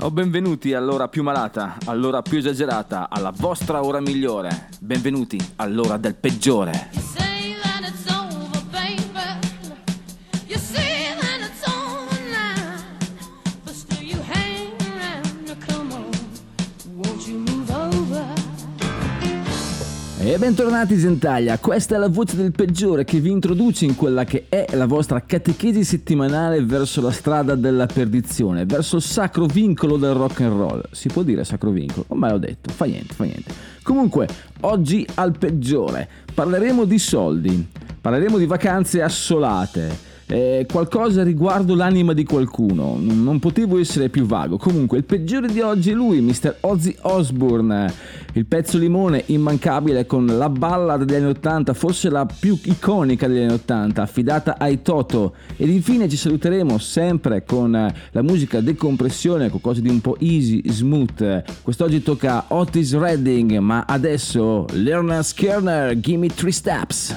O benvenuti all'ora più malata, all'ora più esagerata, alla vostra ora migliore. Benvenuti all'ora del peggiore. E bentornati Gentaglia, questa è la voce del peggiore che vi introduce in quella che è la vostra catechesi settimanale verso la strada della perdizione, verso il sacro vincolo del rock and roll. Si può dire sacro vincolo? Ormai l'ho detto, fa niente. Comunque, oggi al peggiore parleremo di soldi, parleremo di vacanze assolate, qualcosa riguardo l'anima di qualcuno. Non potevo essere più vago. Comunque il peggiore di oggi è lui, Mr. Ozzy Osbourne, il pezzo limone immancabile con la ballad degli anni 80, forse la più iconica degli anni 80, affidata ai Toto. Ed infine ci saluteremo sempre con la musica decompressione, qualcosa di un po' easy, smooth. Quest'oggi tocca Otis Redding, ma adesso Leonard Skinner, Gimme 3 Steps.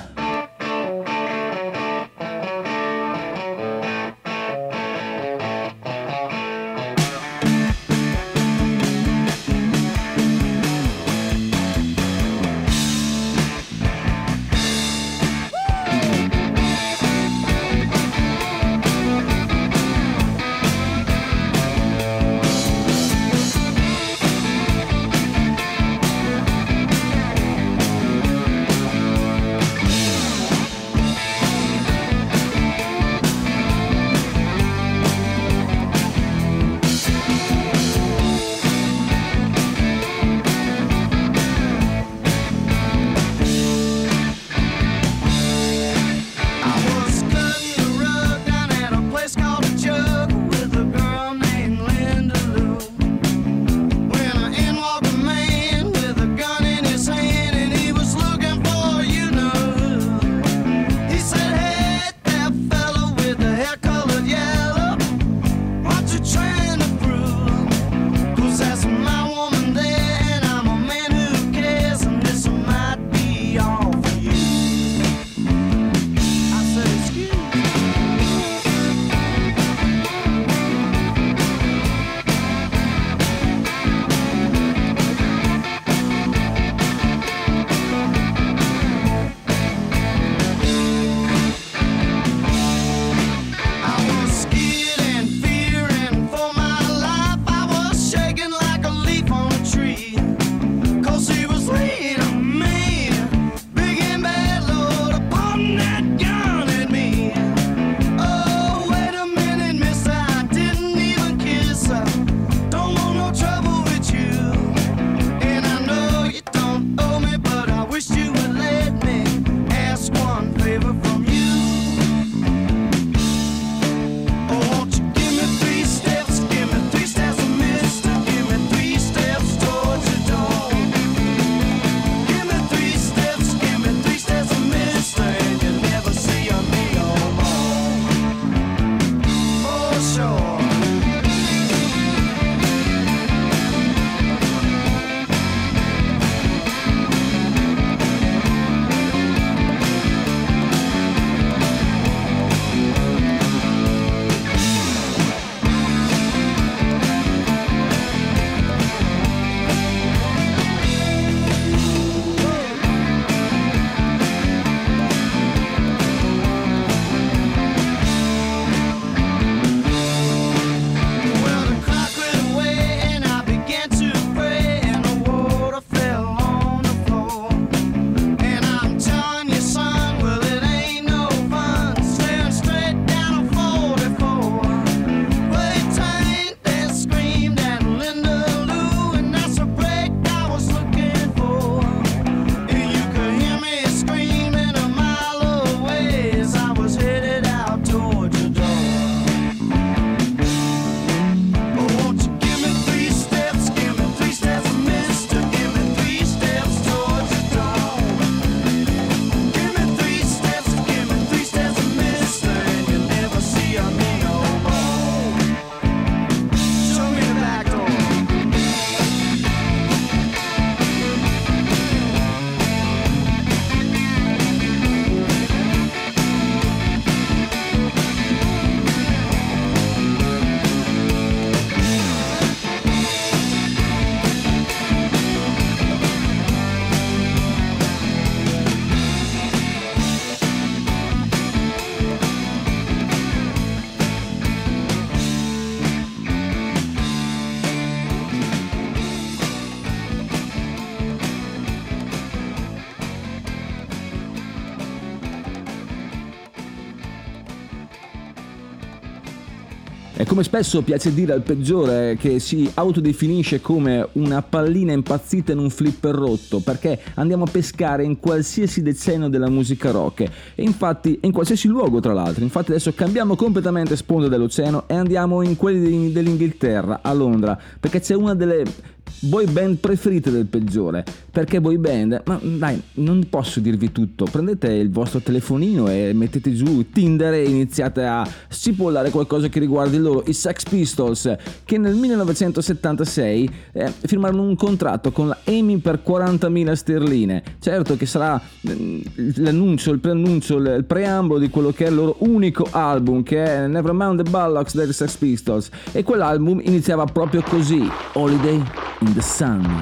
E come spesso piace dire al peggiore, che si autodefinisce come una pallina impazzita in un flipper rotto, perché andiamo a pescare in qualsiasi decennio della musica rock, e infatti in qualsiasi luogo tra l'altro. Infatti adesso cambiamo completamente sponda dell'oceano e andiamo in quelli dell'Inghilterra, a Londra, perché c'è una delle boy band preferite del peggiore. Perché boy band? Ma dai, non posso dirvi tutto. Prendete il vostro telefonino e mettete giù Tinder e iniziate a cipollare qualcosa che riguardi loro. I Sex Pistols, che nel 1976 firmarono un contratto con la EMI per 40.000 sterline. Certo che sarà l'annuncio, il preannuncio, il preambolo di quello che è il loro unico album, che è Nevermind the Bollocks dei Sex Pistols, e quell'album iniziava proprio così: Holiday in the Sun.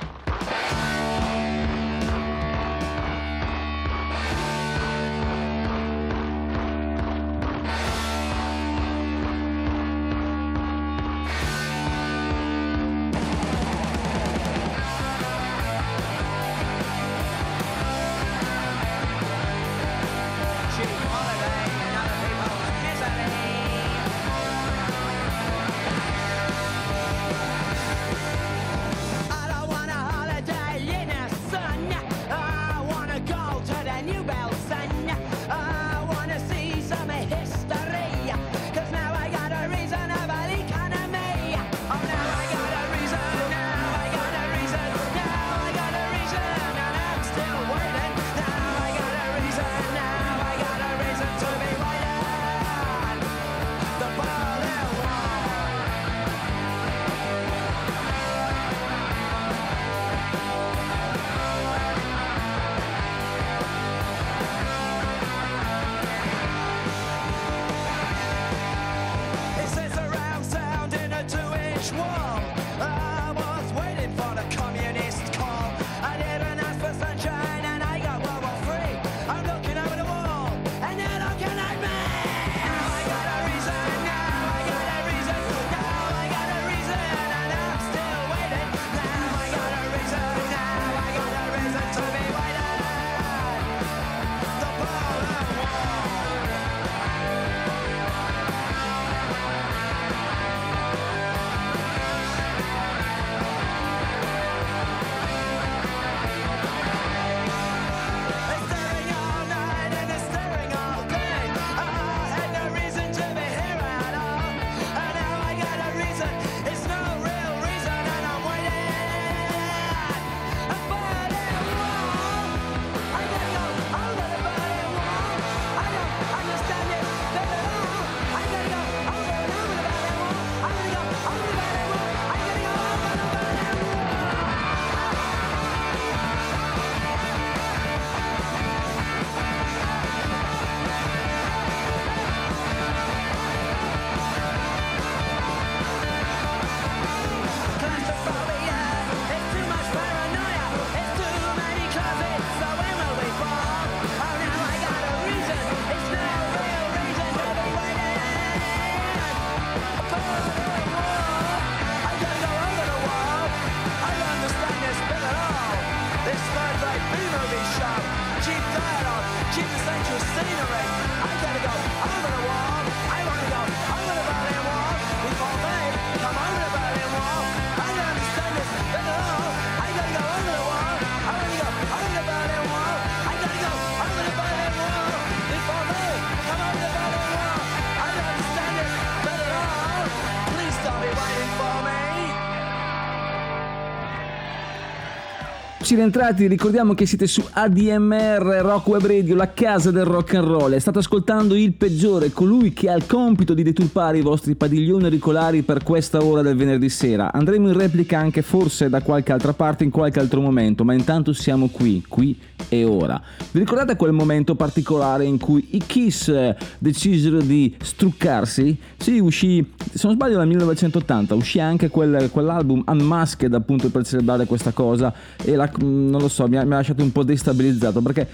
Rientrati, ricordiamo che siete su ADMR Rock Web Radio, la casa del rock and roll. State ascoltando il peggiore, colui che ha il compito di deturpare i vostri padiglioni auricolari per questa ora del venerdì sera. Andremo in replica anche forse da qualche altra parte in qualche altro momento, ma intanto siamo qui e ora. Vi ricordate quel momento particolare in cui i Kiss decisero di struccarsi? Sì, uscì, se non sbaglio nel 1980, uscì anche quell'album Unmasked, appunto, per celebrare questa cosa, e non lo so, mi ha lasciato un po' destabilizzato, perché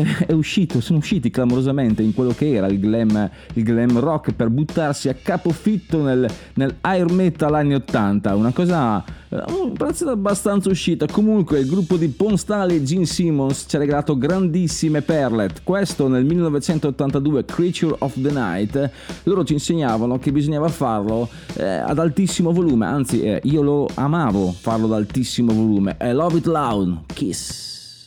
sono usciti clamorosamente in quello che era il glam rock, per buttarsi a capofitto nel air metal anni 80, una cosa un prezzo abbastanza uscita. Comunque il gruppo di Paul Stanley e Gene Simmons ci ha regalato grandissime perle. Questo nel 1982, Creature of the Night. Loro ci insegnavano che bisognava farlo ad altissimo volume, anzi io lo amavo farlo ad altissimo volume. Love It Loud, Kiss.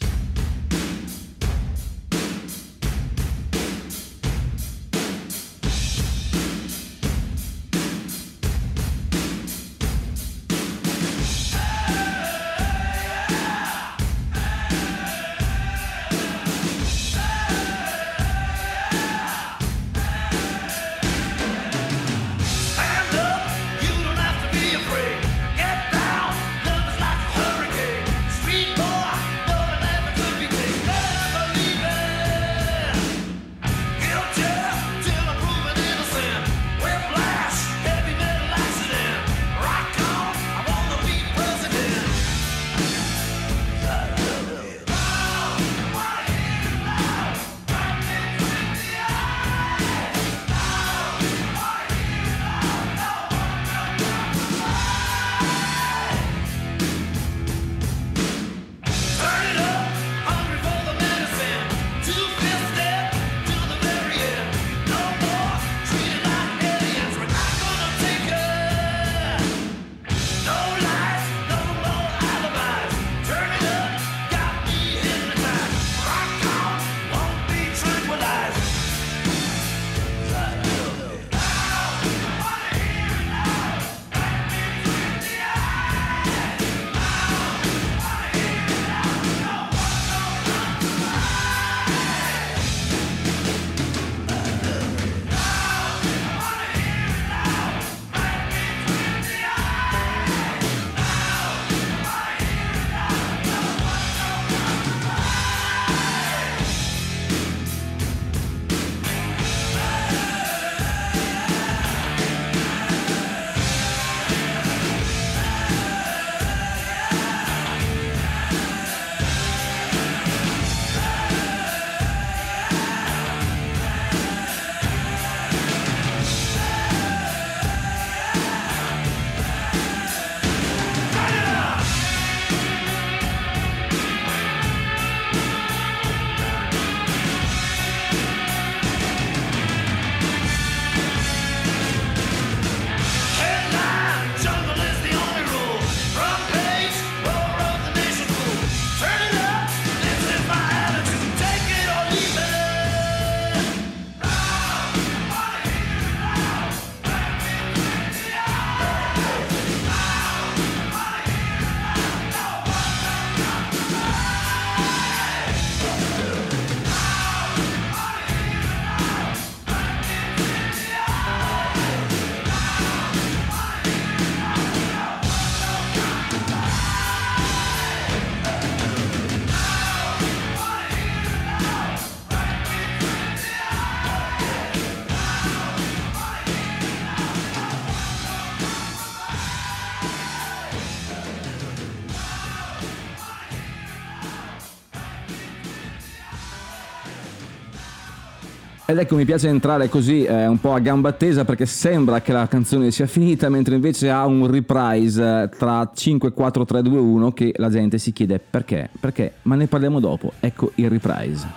Ed ecco, mi piace entrare così un po' a gamba tesa, perché sembra che la canzone sia finita, mentre invece ha un reprise tra 5, 4, 3, 2, 1 che la gente si chiede perché, ma ne parliamo dopo. Ecco il reprise.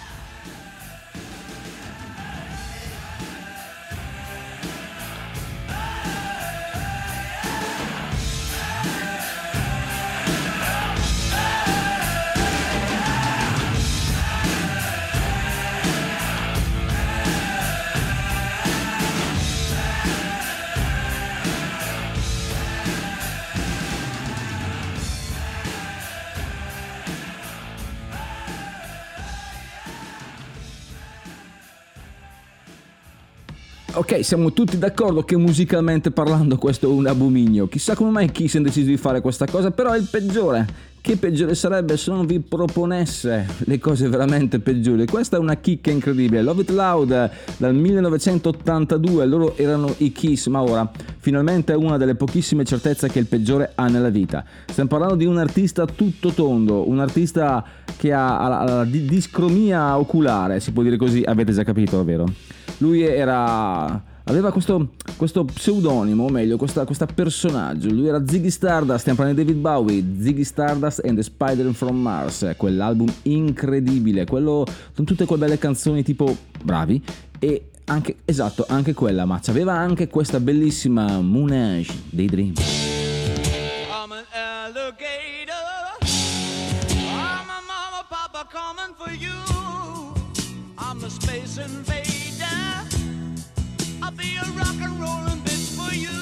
Ok, siamo tutti d'accordo che musicalmente parlando questo è un abominio. Chissà come mai Kiss hanno deciso di fare questa cosa, però è il peggiore. Che peggiore sarebbe se non vi proponesse le cose veramente peggiori? Questa è una chicca incredibile. Love It Loud dal 1982, loro erano i Kiss, ma ora finalmente è una delle pochissime certezze che il peggiore ha nella vita. Stiamo parlando di un artista tutto tondo, un artista che ha la discromia oculare, si può dire così, avete già capito, vero? Lui era aveva questo pseudonimo, o meglio, questo personaggio. Lui era Ziggy Stardust, stiamo parlando di David Bowie, Ziggy Stardust and the Spider from Mars, quell'album incredibile, quello con tutte quelle belle canzoni tipo bravi, e anche, esatto, anche quella, ma c'aveva anche questa bellissima Moonage dei Dream. I'm an alligator, I'm a mama, papa coming for you, I'm a space invader, I'll be a rock and rollin' bitch for you.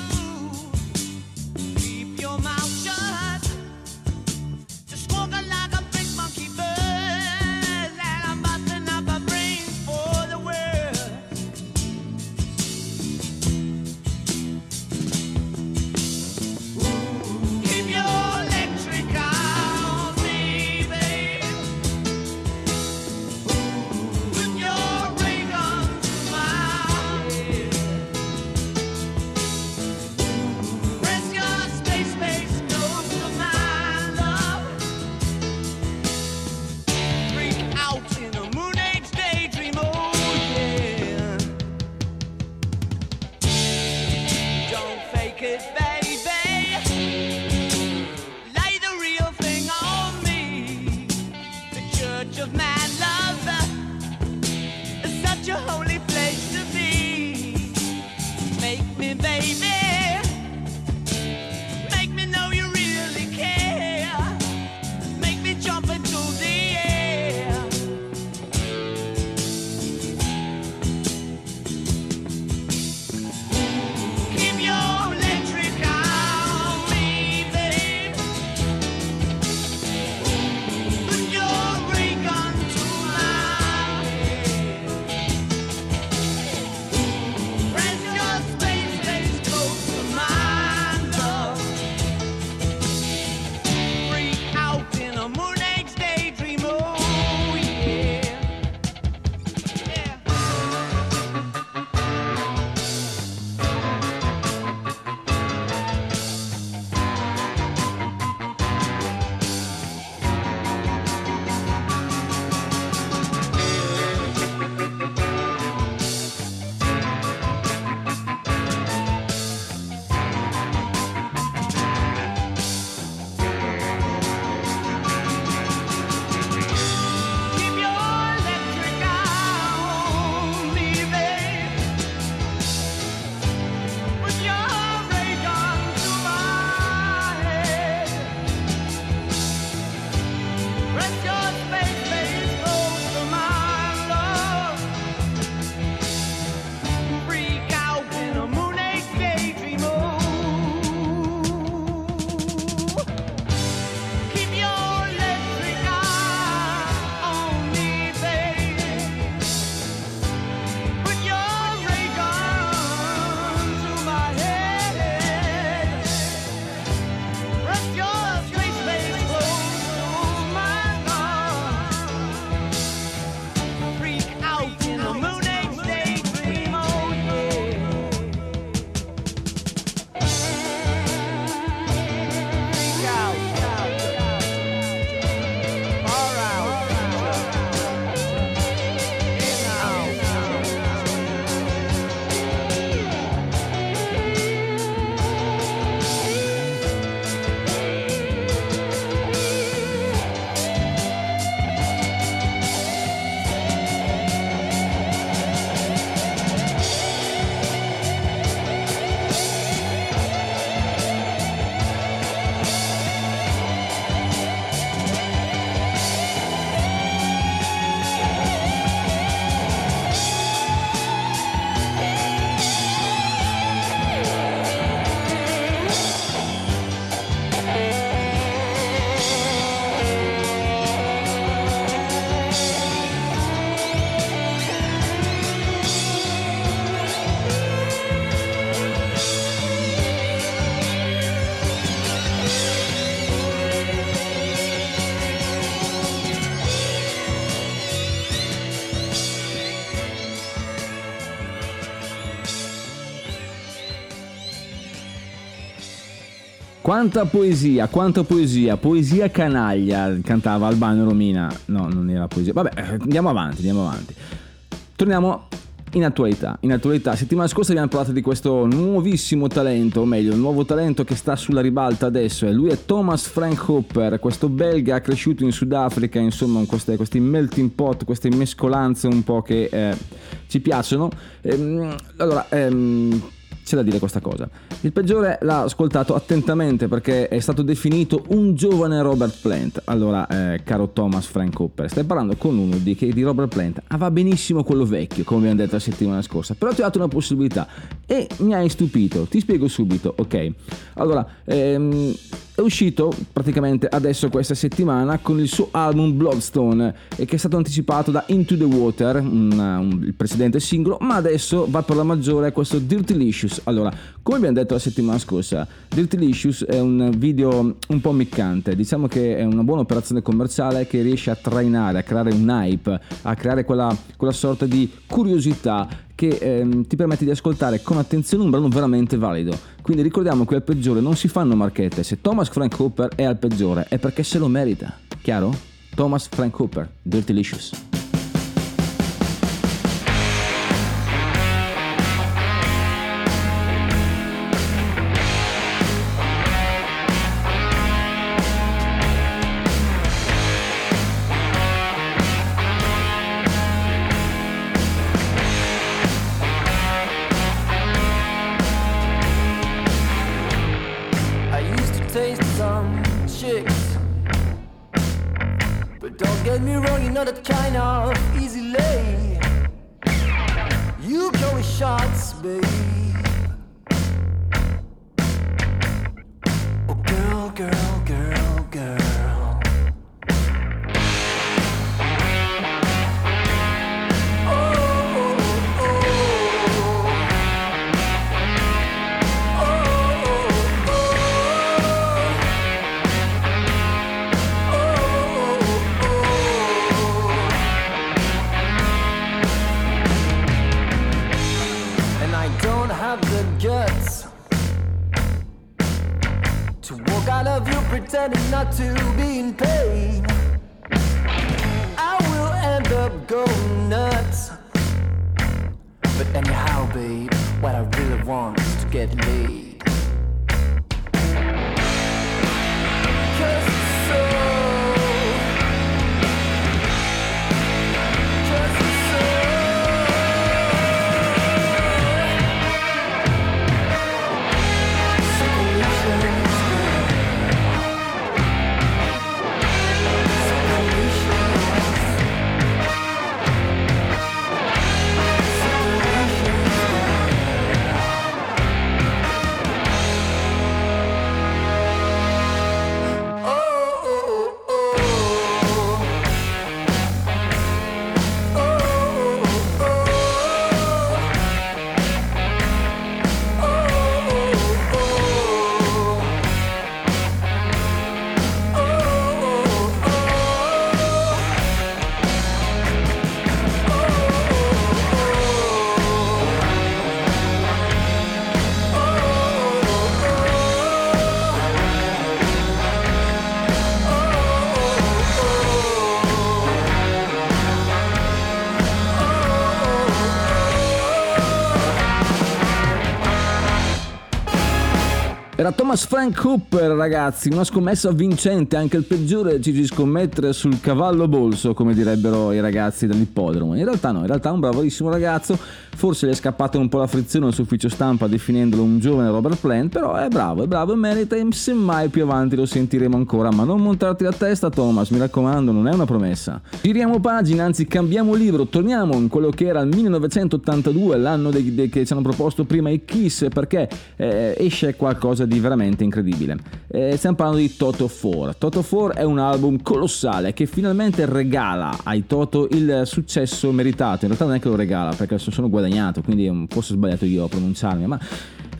Keep your mouth shut, just walking like a big monkey bird, and I'm busting up a brain for the world. Keep your electric on me, babe. Put your ray gun to my head. Press your space close to my love. Freak out in a moon age daydream, oh yeah. Don't fake it, baby. Lay the real thing on me. The church of man love is such a holy place to be. Make me, baby. Make me know you really care. Make me jump into the air. Keep your electric on me, babe. Put your ray gun to my head. Press your space close to my love. Freak out in a moon age daydream, oh yeah. Yeah. Keep your electric on me, babe. Put your ray gun to my head. Press your space close to my love. Freak out in a moon age daydream, oh. Keep your electric eye on me, baby. Put your ray gun to my head. Press your space close to my love. Freak out in a moon age daydream, oh yeah. Freak out. All right. Quanta poesia, poesia canaglia, cantava Albano Romina. No, non era poesia. Vabbè, andiamo avanti. Torniamo In attualità, settimana scorsa abbiamo parlato di questo nuovissimo talento, o meglio, il nuovo talento che sta sulla ribalta adesso, e lui è Thomas Frank Hooper, questo belga cresciuto in Sudafrica, insomma questi melting pot, queste mescolanze un po' che ci piacciono. C'è da dire questa cosa. Il peggiore l'ha ascoltato attentamente perché è stato definito un giovane Robert Plant. Allora, caro Thomas Frank Hooper, stai parlando con uno che di Robert Plant va benissimo quello vecchio, come abbiamo detto la settimana scorsa, però ti ho dato una possibilità e mi hai stupito. Ti spiego subito, ok? Allora, è uscito praticamente adesso questa settimana con il suo album Bloodstone, che è stato anticipato da Into the Water, il precedente singolo, ma adesso va per la maggiore questo Dirtylicious. Allora, come abbiamo detto la settimana scorsa, Dirtylicious è un video un po' miccante, diciamo che è una buona operazione commerciale che riesce a trainare, a creare un hype, a creare quella sorta di curiosità che ti permette di ascoltare con attenzione un brano veramente valido. Quindi ricordiamo che al peggiore non si fanno marchette. Se Thomas Frank Hooper è al peggiore è perché se lo merita, chiaro? Thomas Frank Hooper, Dirtylicious. That kind of easy lay. You call me shots, babe. Oh, girl, girl, girl, girl. Oh, oh, oh, oh. Oh, oh, oh. Guts to walk out of you pretending not to be in pain. I will end up going nuts. But anyhow, babe, what I really want is to get laid. Era Thomas Frank Hooper, ragazzi, una scommessa vincente, anche il peggiore ci di scommettere sul cavallo bolso, come direbbero i ragazzi dell'ippodromo. In realtà no, in realtà è un bravissimo ragazzo, forse gli è scappata un po' la frizione sull'ufficio stampa definendolo un giovane Robert Plant, però è bravo e merita, e semmai più avanti lo sentiremo ancora, ma non montarti la testa Thomas, mi raccomando, non è una promessa. Giriamo pagina, anzi cambiamo libro, torniamo in quello che era il 1982, l'anno che ci hanno proposto prima i Kiss, perché esce qualcosa di veramente incredibile. Stiamo parlando di Toto 4. Toto 4 è un album colossale che finalmente regala ai Toto il successo meritato. In realtà non è che lo regala, perché se lo sono guadagnato, quindi forse ho sbagliato io a pronunciarmi, ma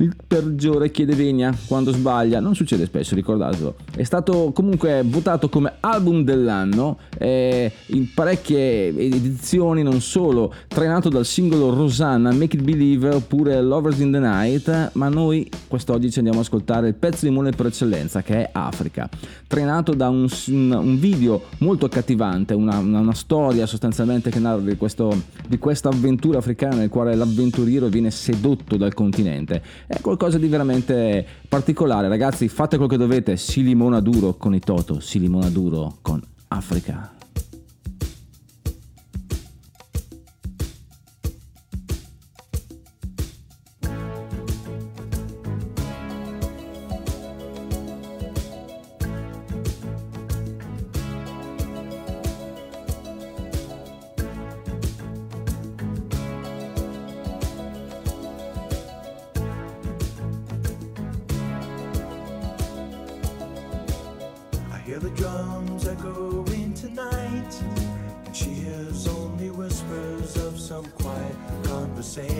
il peggiore chiede venia quando sbaglia, non succede spesso, ricordatelo. È stato comunque votato come album dell'anno in parecchie edizioni, non solo, trainato dal singolo Rosanna, Make It Believe, oppure Lovers in the Night, ma noi quest'oggi ci andiamo ad ascoltare il pezzo di Mone per eccellenza, che è Africa, trainato da un video molto accattivante, una storia sostanzialmente che narra di questa avventura africana nel quale l'avventuriero viene sedotto dal continente. È qualcosa di veramente particolare, ragazzi, fate quel che dovete, si limona duro con i Toto, si limona duro con Africa. Hear the drums echoing tonight, and she hears only whispers of some quiet conversation.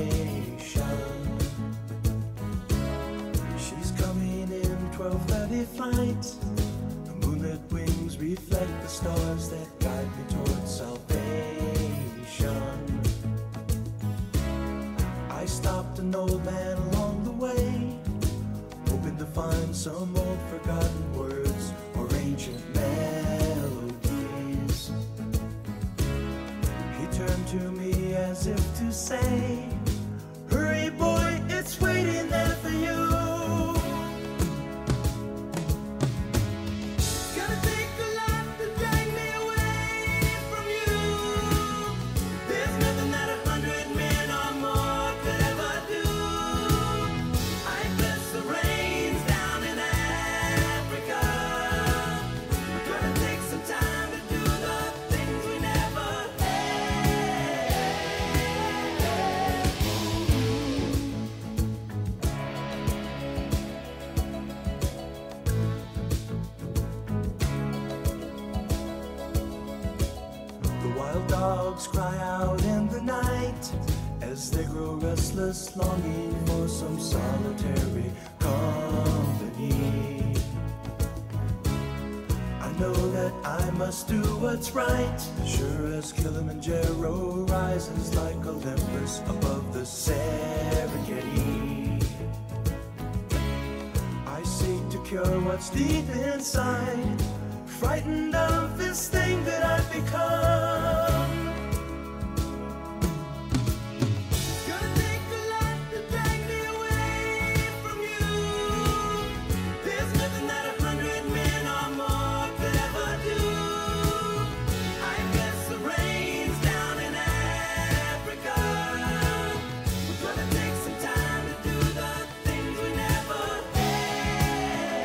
She's coming in 12:30 flight. The moonlit wings reflect the stars that guide me towards salvation. I stopped an old man along the way, hoping to find some old forgotten words or ancient melodies. He turned to me as if to say, hurry boy, it's waiting there for you. It's gonna take a lot to drag me away from you. There's nothing that 100 men or more could ever do. I bless the rains down in Africa. We're gonna take some time to do the things we never had. The wild dogs cry out in the night as they grow restless, longing for some solitary company. I know that I must do what's right, sure as Kilimanjaro rises like Olympus above the Serengeti. I seek to cure what's deep inside, frightened of this thing that I've become. It's gonna take a lot to drag me away from you. There's nothing that 100 men or more could ever do. I guess the rains down in Africa. We're gonna take some time to do the things we never had.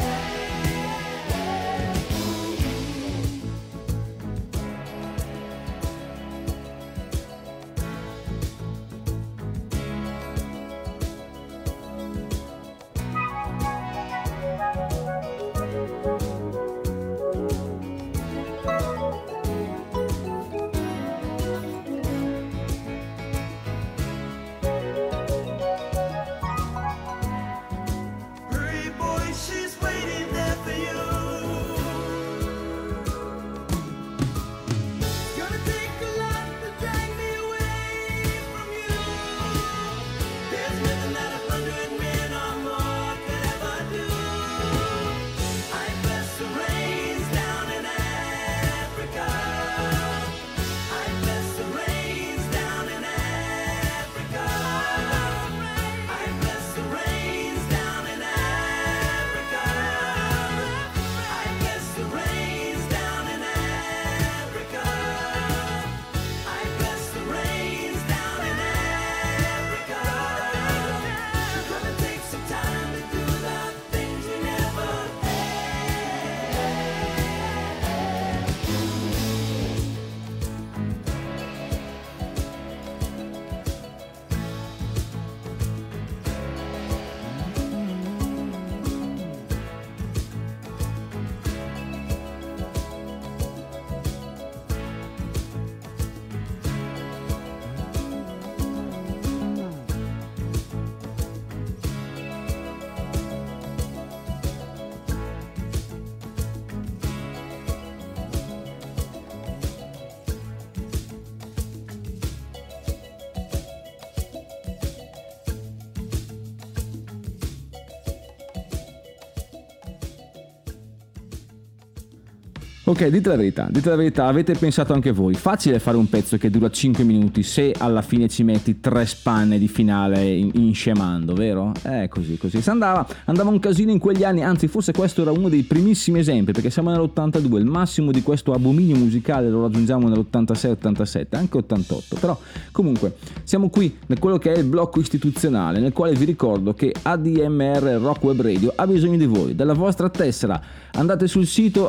Ok, dite la verità, avete pensato anche voi, facile fare un pezzo che dura 5 minuti se alla fine ci metti 3 spanne di finale in scemando, vero? Così. Se andava un casino in quegli anni, anzi forse questo era uno dei primissimi esempi, perché siamo nell'82, il massimo di questo abominio musicale lo raggiungiamo nell'86-87, anche 88, però comunque siamo qui nel quello che è il blocco istituzionale, nel quale vi ricordo che ADMR Rock Web Radio ha bisogno di voi, della vostra tessera. Andate sul sito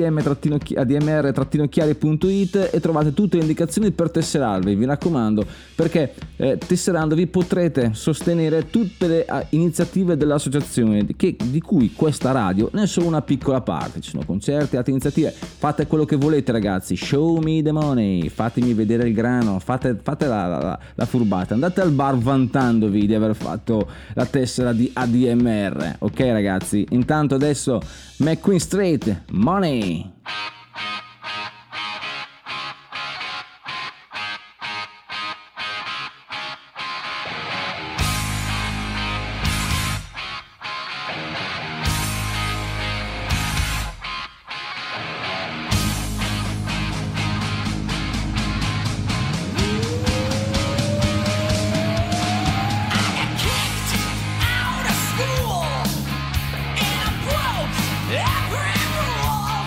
admr-chiari.it e trovate tutte le indicazioni per tesserarvi, vi raccomando, perché tesserandovi potrete sostenere tutte le iniziative dell'associazione di cui questa radio ne è solo una piccola parte. Ci sono concerti, altre iniziative, fate quello che volete ragazzi, show me the money, fatemi vedere il grano, fate la furbata, andate al bar vantandovi di aver fatto la tessera di ADMR, ok ragazzi? Intanto adesso McQueen Street, Money. Every rule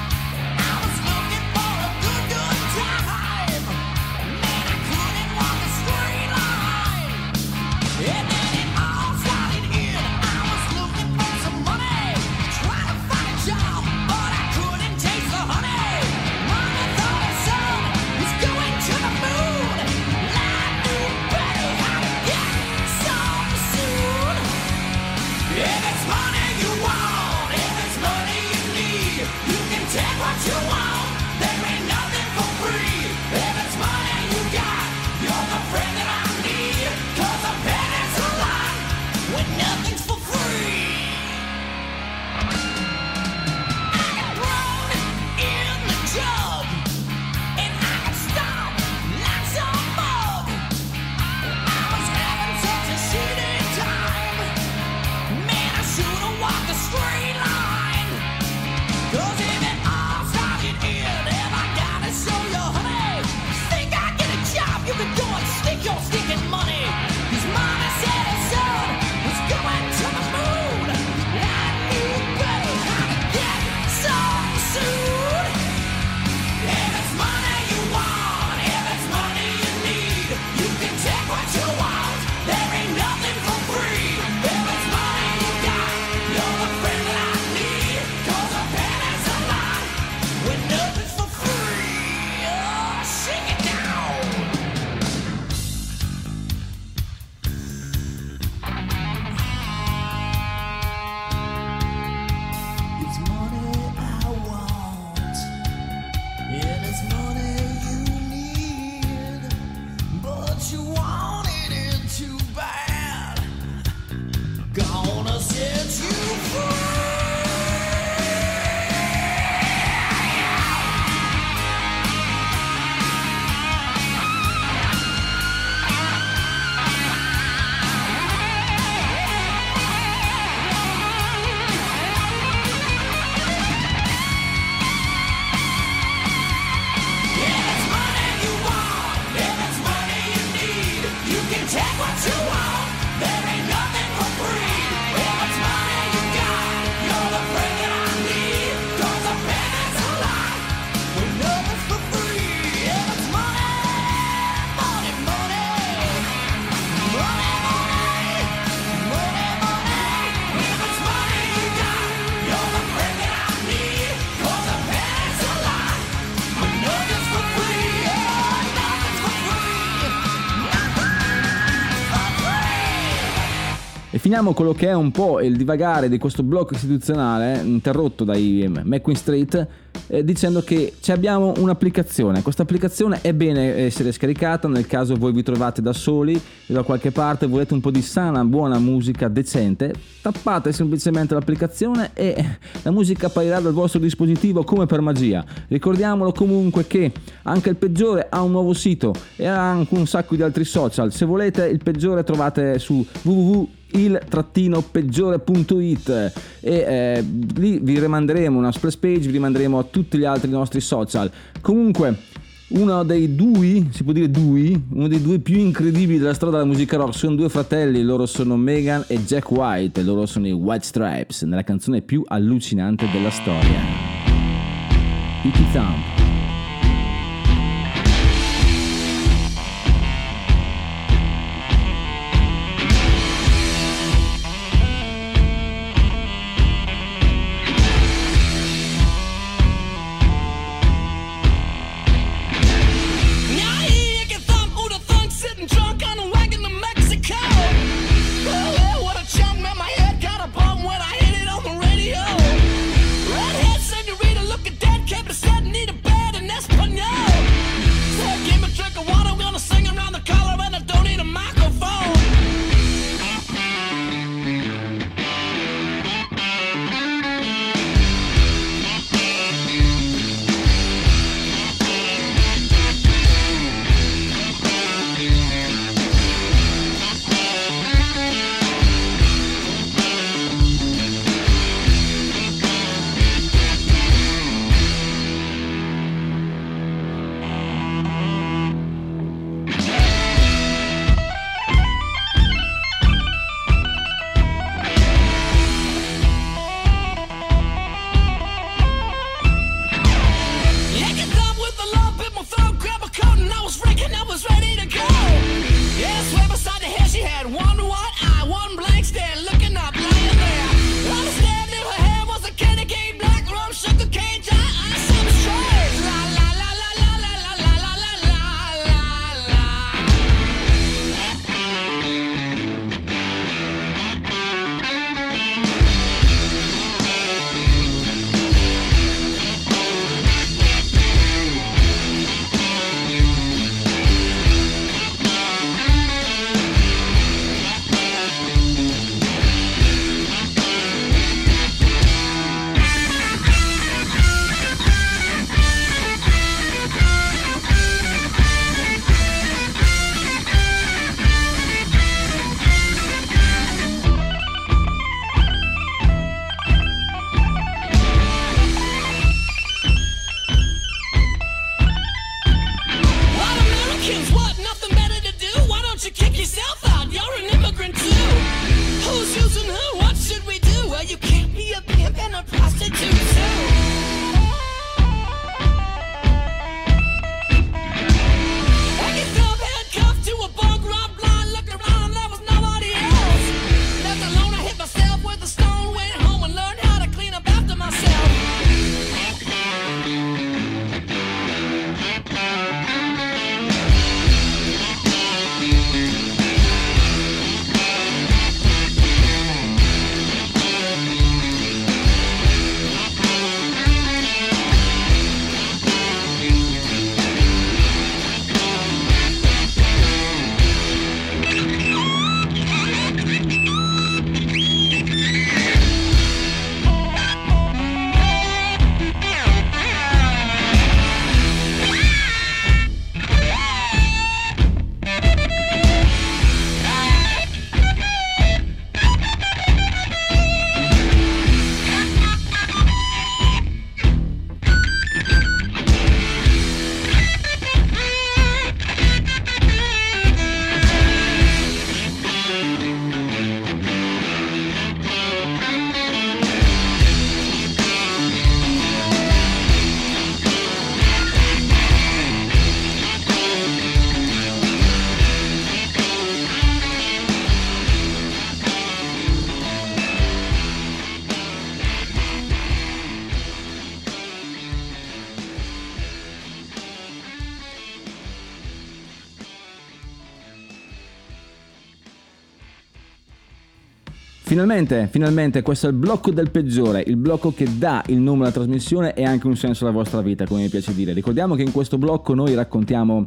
finiamo quello che è un po' il divagare di questo blocco istituzionale interrotto dai McQueen Street dicendo che abbiamo un'applicazione. Questa applicazione è bene essere scaricata nel caso voi vi trovate da soli da qualche parte, volete un po' di sana, buona musica decente, tappate semplicemente l'applicazione e la musica apparirà dal vostro dispositivo come per magia. Ricordiamolo comunque che anche il Peggiore ha un nuovo sito e ha anche un sacco di altri social. Se volete il Peggiore trovate su www il-peggiore.it e lì vi rimanderemo una splash page, vi rimanderemo a tutti gli altri nostri social. Comunque uno dei due più incredibili della storia della musica rock sono due fratelli, loro sono Megan e Jack White, loro sono i White Stripes nella canzone più allucinante della storia, Pinky Thumb. Finalmente questo è il blocco del peggiore, il blocco che dà il nome alla trasmissione e anche un senso alla vostra vita, come mi piace dire. Ricordiamo che in questo blocco noi raccontiamo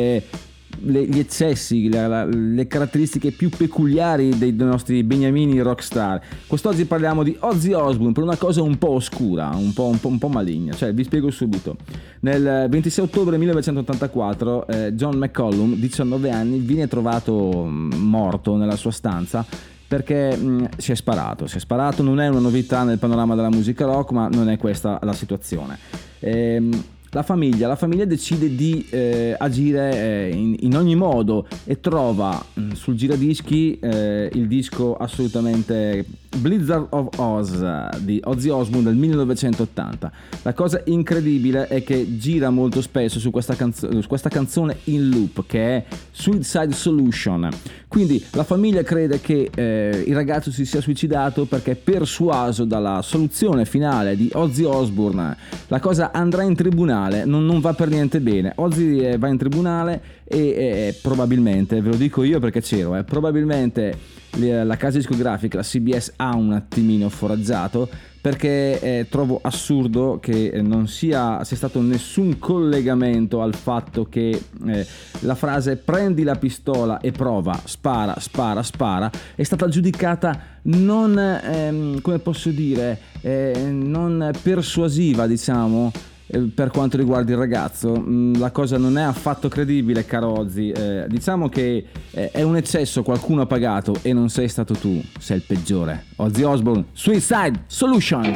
gli eccessi, le caratteristiche più peculiari dei nostri beniamini rockstar. Quest'oggi parliamo di Ozzy Osbourne per una cosa un po' oscura, un po' maligna, cioè vi spiego subito. Nel 26 ottobre 1984 John McCollum, 19 anni, viene trovato morto nella sua stanza perché si è sparato, non è una novità nel panorama della musica rock, ma non è questa la situazione. La famiglia decide di agire in ogni modo e trova sul giradischi il disco assolutamente Blizzard of Oz di Ozzy Osbourne del 1980. La cosa incredibile è che gira molto spesso su questa canzone in loop, che è Suicide Solution. Quindi la famiglia crede che il ragazzo si sia suicidato perché persuaso dalla soluzione finale di Ozzy Osbourne. La cosa andrà in tribunale, non va per niente bene. Ozzy va in tribunale e probabilmente, ve lo dico io perché c'ero, probabilmente la casa discografica, la CBS, ha un attimino foraggiato, perché trovo assurdo che non sia stato nessun collegamento al fatto che la frase "prendi la pistola e prova, spara" è stata giudicata non come posso dire, non persuasiva, diciamo, per quanto riguarda il ragazzo. La cosa non è affatto credibile, caro Ozzy. Diciamo che è un eccesso, qualcuno ha pagato e non sei stato tu, sei il peggiore. Ozzy Osbourne, Suicide Solution.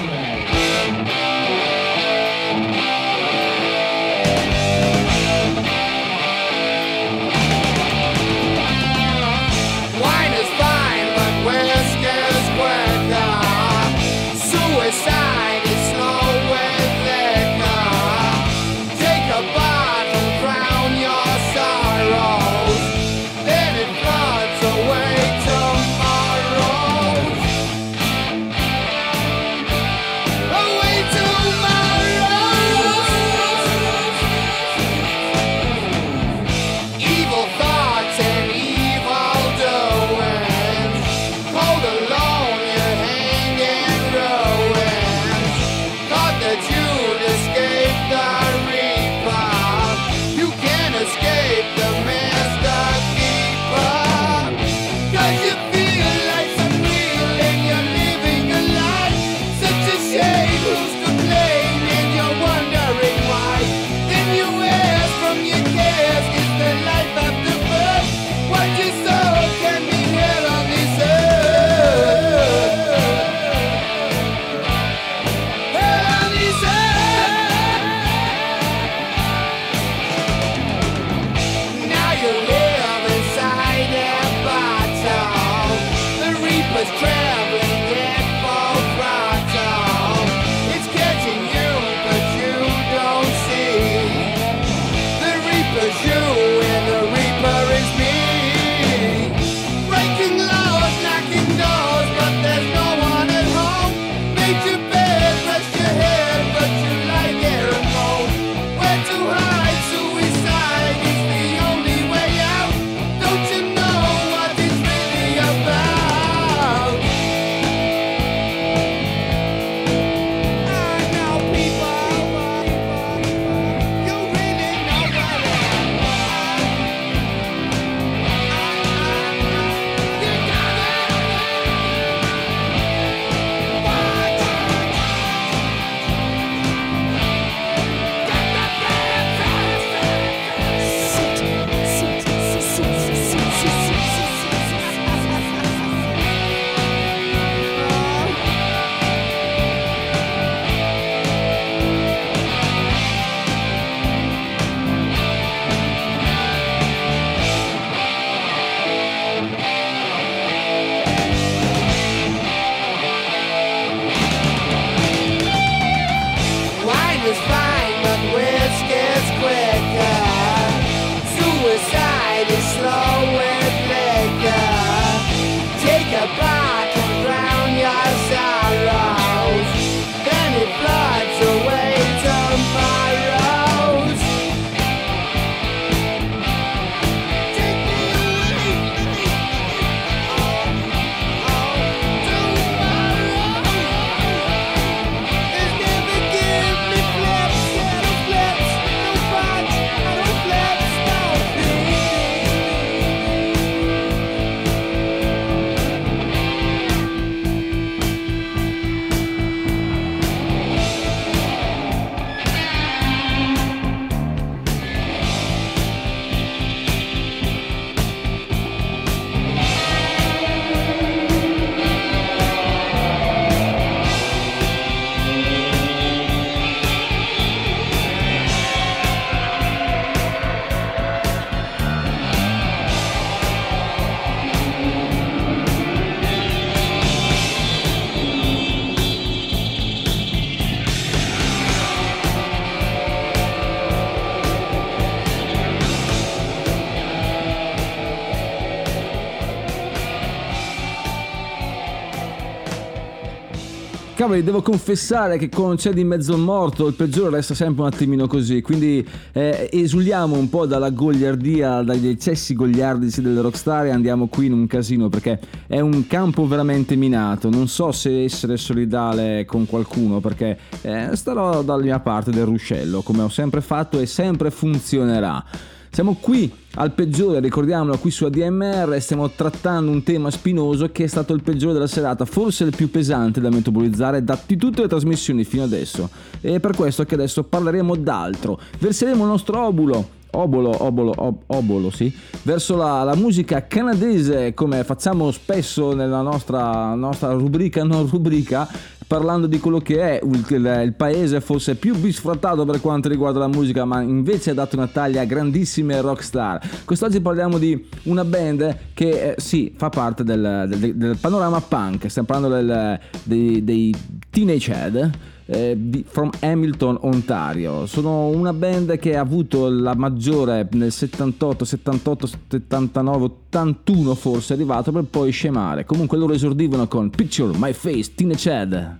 Wine is fine, but whiskey's quicker. Suicide is slow with liquor. Take a bottle, drown your sorrows, then it floods away tomorrows. Cavoli, devo confessare che con C'è di mezzo morto il peggiore resta sempre un attimino così, quindi esuliamo un po' dalla goliardia, dagli eccessi goliardici delle rockstar e andiamo qui in un casino perché è un campo veramente minato. Non so se essere solidale con qualcuno perché starò dalla mia parte del ruscello, come ho sempre fatto e sempre funzionerà. Siamo qui al peggiore, ricordiamolo, qui su ADMR e stiamo trattando un tema spinoso che è stato il peggiore della serata, forse il più pesante da metabolizzare da tutte le trasmissioni fino adesso, e per questo che adesso parleremo d'altro. Verseremo il nostro obolo, sì, verso la musica canadese, come facciamo spesso nella nostra rubrica non rubrica, parlando di quello che è il paese forse più bisfrattato per quanto riguarda la musica, ma invece ha dato una taglia a grandissime rockstar. Quest'oggi parliamo di una band che sì, fa parte del panorama punk. Stiamo parlando dei Teenage Head from Hamilton, Ontario. Sono una band che ha avuto la maggiore nel 78, 79, 81 forse è arrivato, per poi scemare. Comunque loro esordivano con Picture My Face, Teenage Head.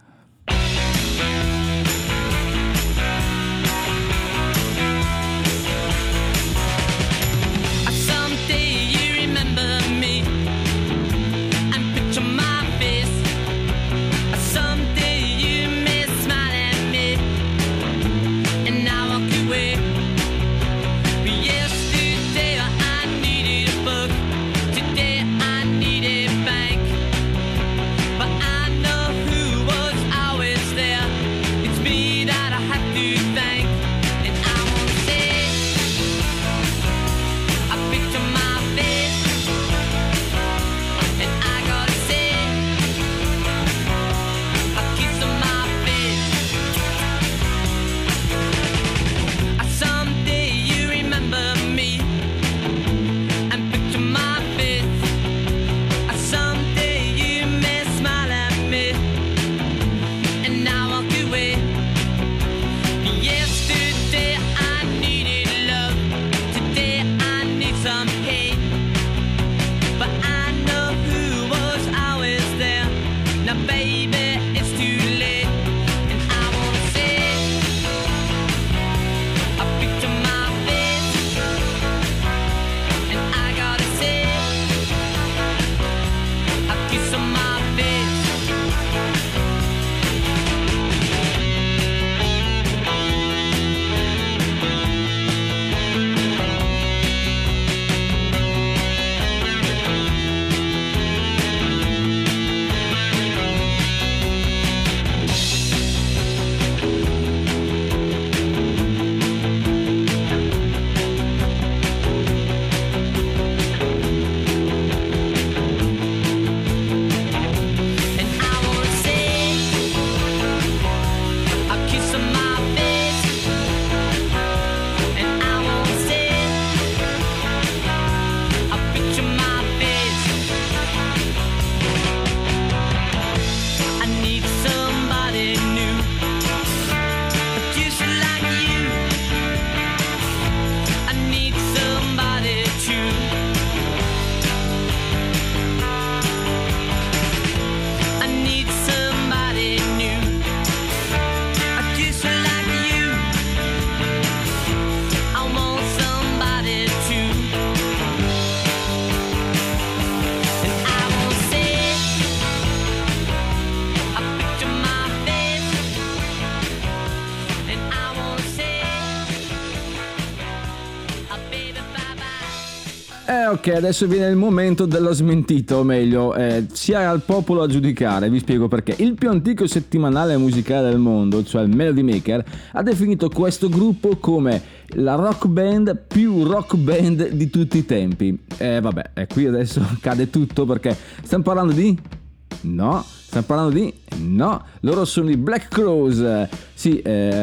Ok, adesso viene il momento dello smentito, o meglio, sia al popolo a giudicare. Vi spiego perché. Il più antico settimanale musicale del mondo, cioè il Melody Maker, ha definito questo gruppo come la rock band più rock band di tutti i tempi. Vabbè, qui adesso cade tutto perché stiamo parlando di... No, stiamo parlando di... No, loro sono i Black Crowes. Sì,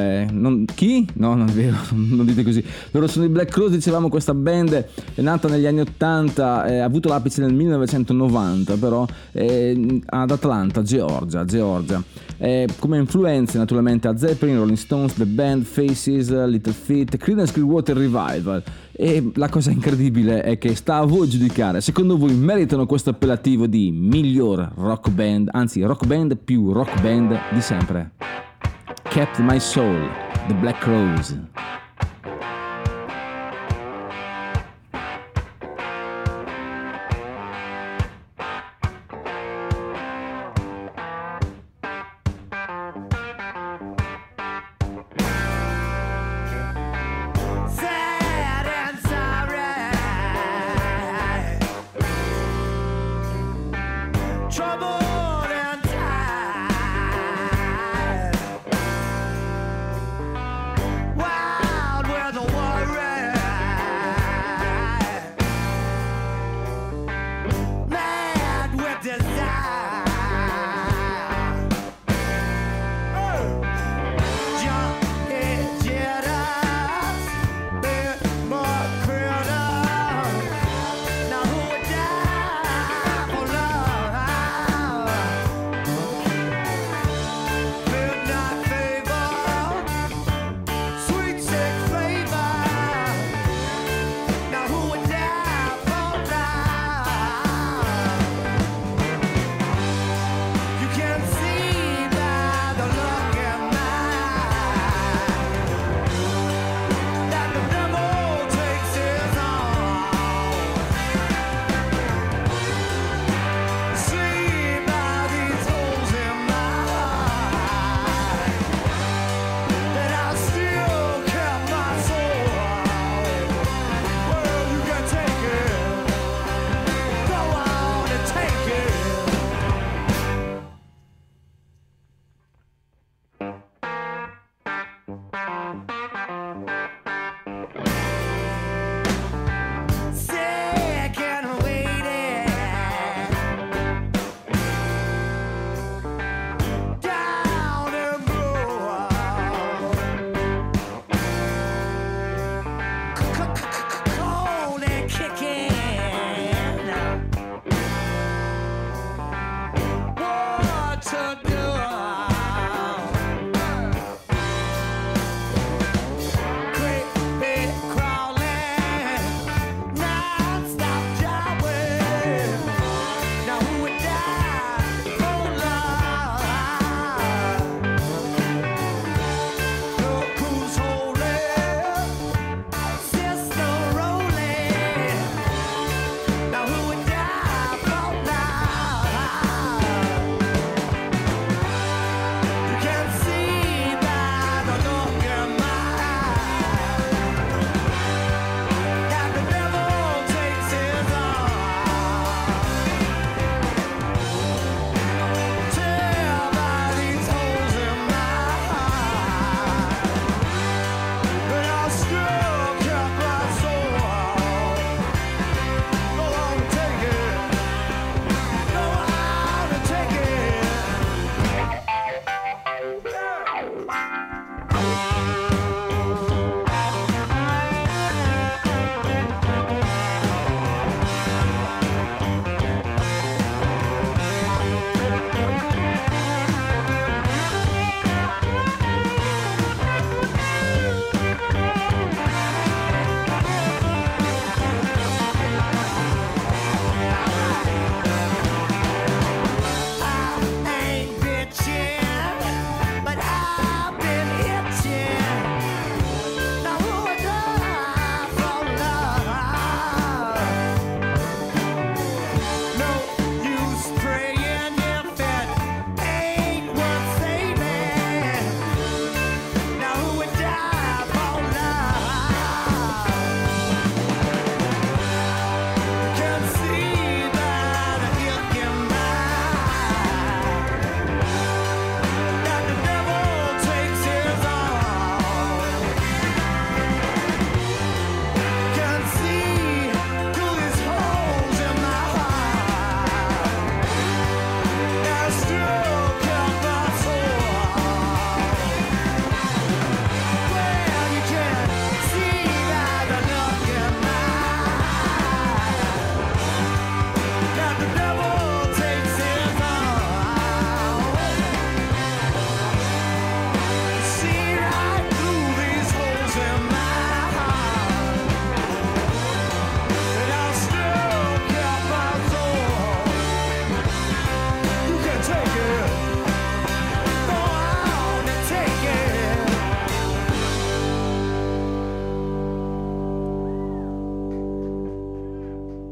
chi? No, non è vero, non dite così. Loro sono i Black Crowes, dicevamo, questa band è nata negli anni 80, ha avuto l'apice nel 1990 però, ad Atlanta, Georgia. Come influenze naturalmente a Zeppelin, Rolling Stones, The Band, Faces, Little Feat, Creedence Clearwater Revival. E la cosa incredibile è che sta a voi giudicare. Secondo voi meritano questo appellativo di miglior rock band, anzi rock band più rock band di sempre? Kept My Soul, The Black Crowes. Sad and sorry, troubled and tired. Why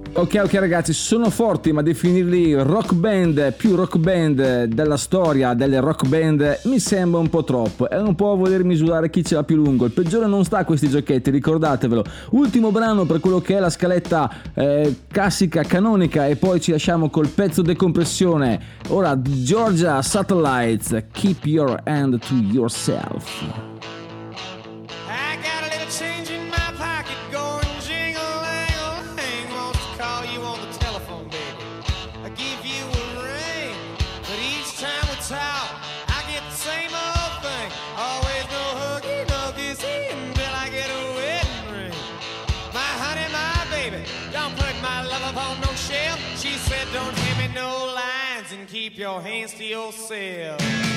Ok ragazzi, sono forti, ma definirli rock band, più rock band della storia delle rock band, mi sembra un po' troppo. È un po' a voler misurare chi ce l'ha più lungo. Il peggiore non sta a questi giochetti, ricordatevelo. Ultimo brano per quello che è la scaletta classica, canonica, e poi ci lasciamo col pezzo decompressione. Ora Georgia Satellites, Keep Your Hand to Yourself. I got a little change in my pocket going jingle-lang-a-lang. Wants to call you on the telephone, baby. I give you a ring, but each time we talk, I get the same old thing. Always no huggy, no kissy until I get a wedding ring. My honey, my baby, don't put my love upon no shelf. She said don't give me no lines and keep your hands to yourself.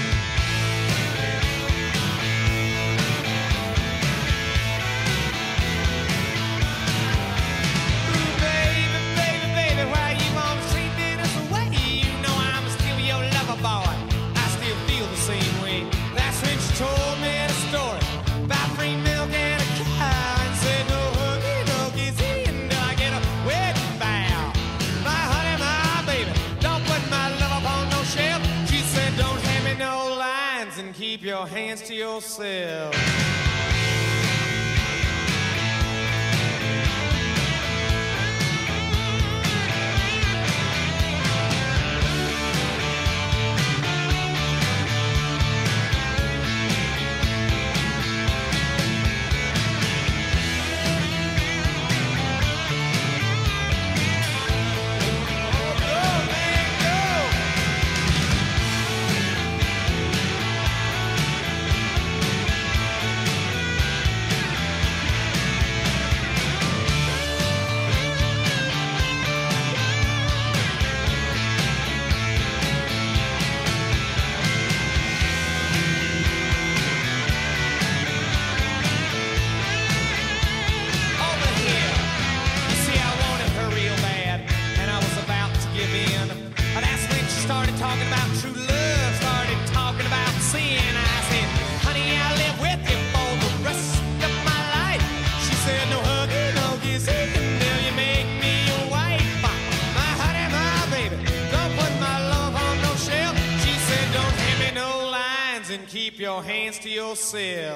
Keep your hands to yourself. Keep your hands to yourself.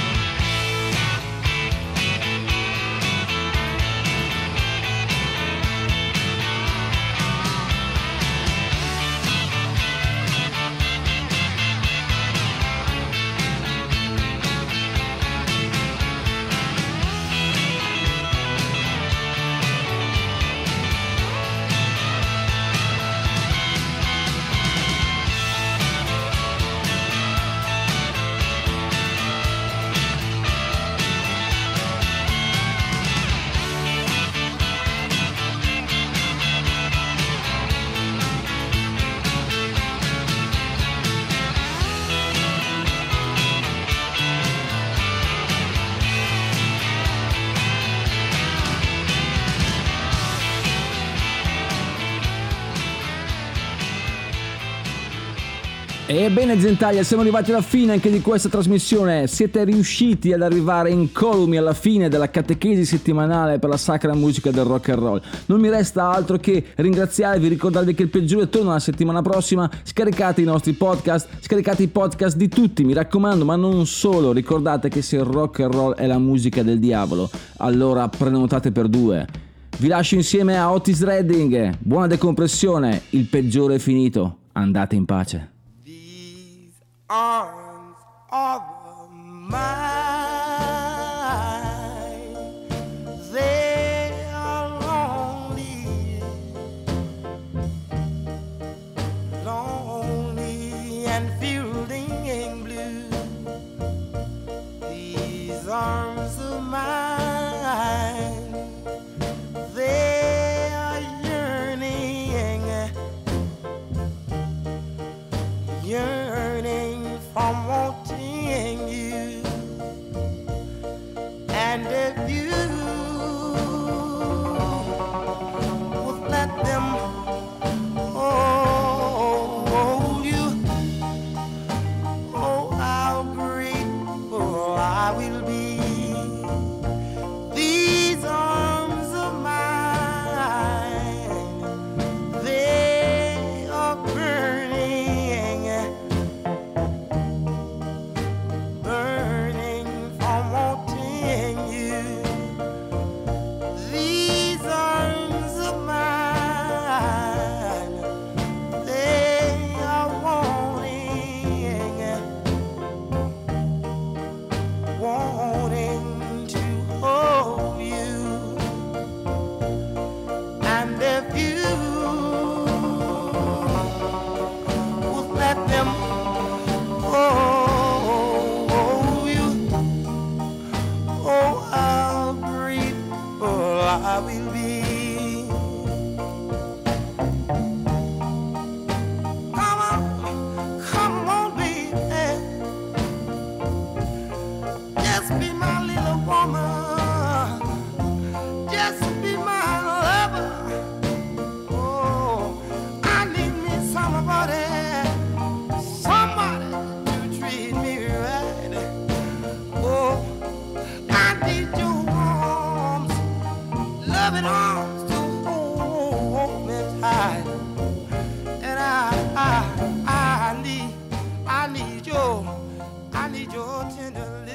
Ebbene Gentaglia, siamo arrivati alla fine anche di questa trasmissione. Siete riusciti ad arrivare incolumi alla fine della catechesi settimanale per la sacra musica del rock and roll. Non mi resta altro che ringraziarvi, ricordarvi che il peggiore torna la settimana prossima. Scaricate i nostri podcast, scaricate i podcast di tutti, mi raccomando, ma non solo. Ricordate che se il rock and roll è la musica del diavolo, allora prenotate per due. Vi lascio insieme a Otis Redding. Buona decompressione, il peggiore è finito. Andate in pace. Arms of mine, they are lonely, lonely and fielding blue. These arms of mine, they are yearning, yearning from wanting you. if you would let them hold you. Oh, how grateful I will be. Come on, baby. Just be my little woman. Just be my lover. Oh, I need me somebody to treat me right. Oh, I need your arms, loving arms to hold me tight. And I need your tender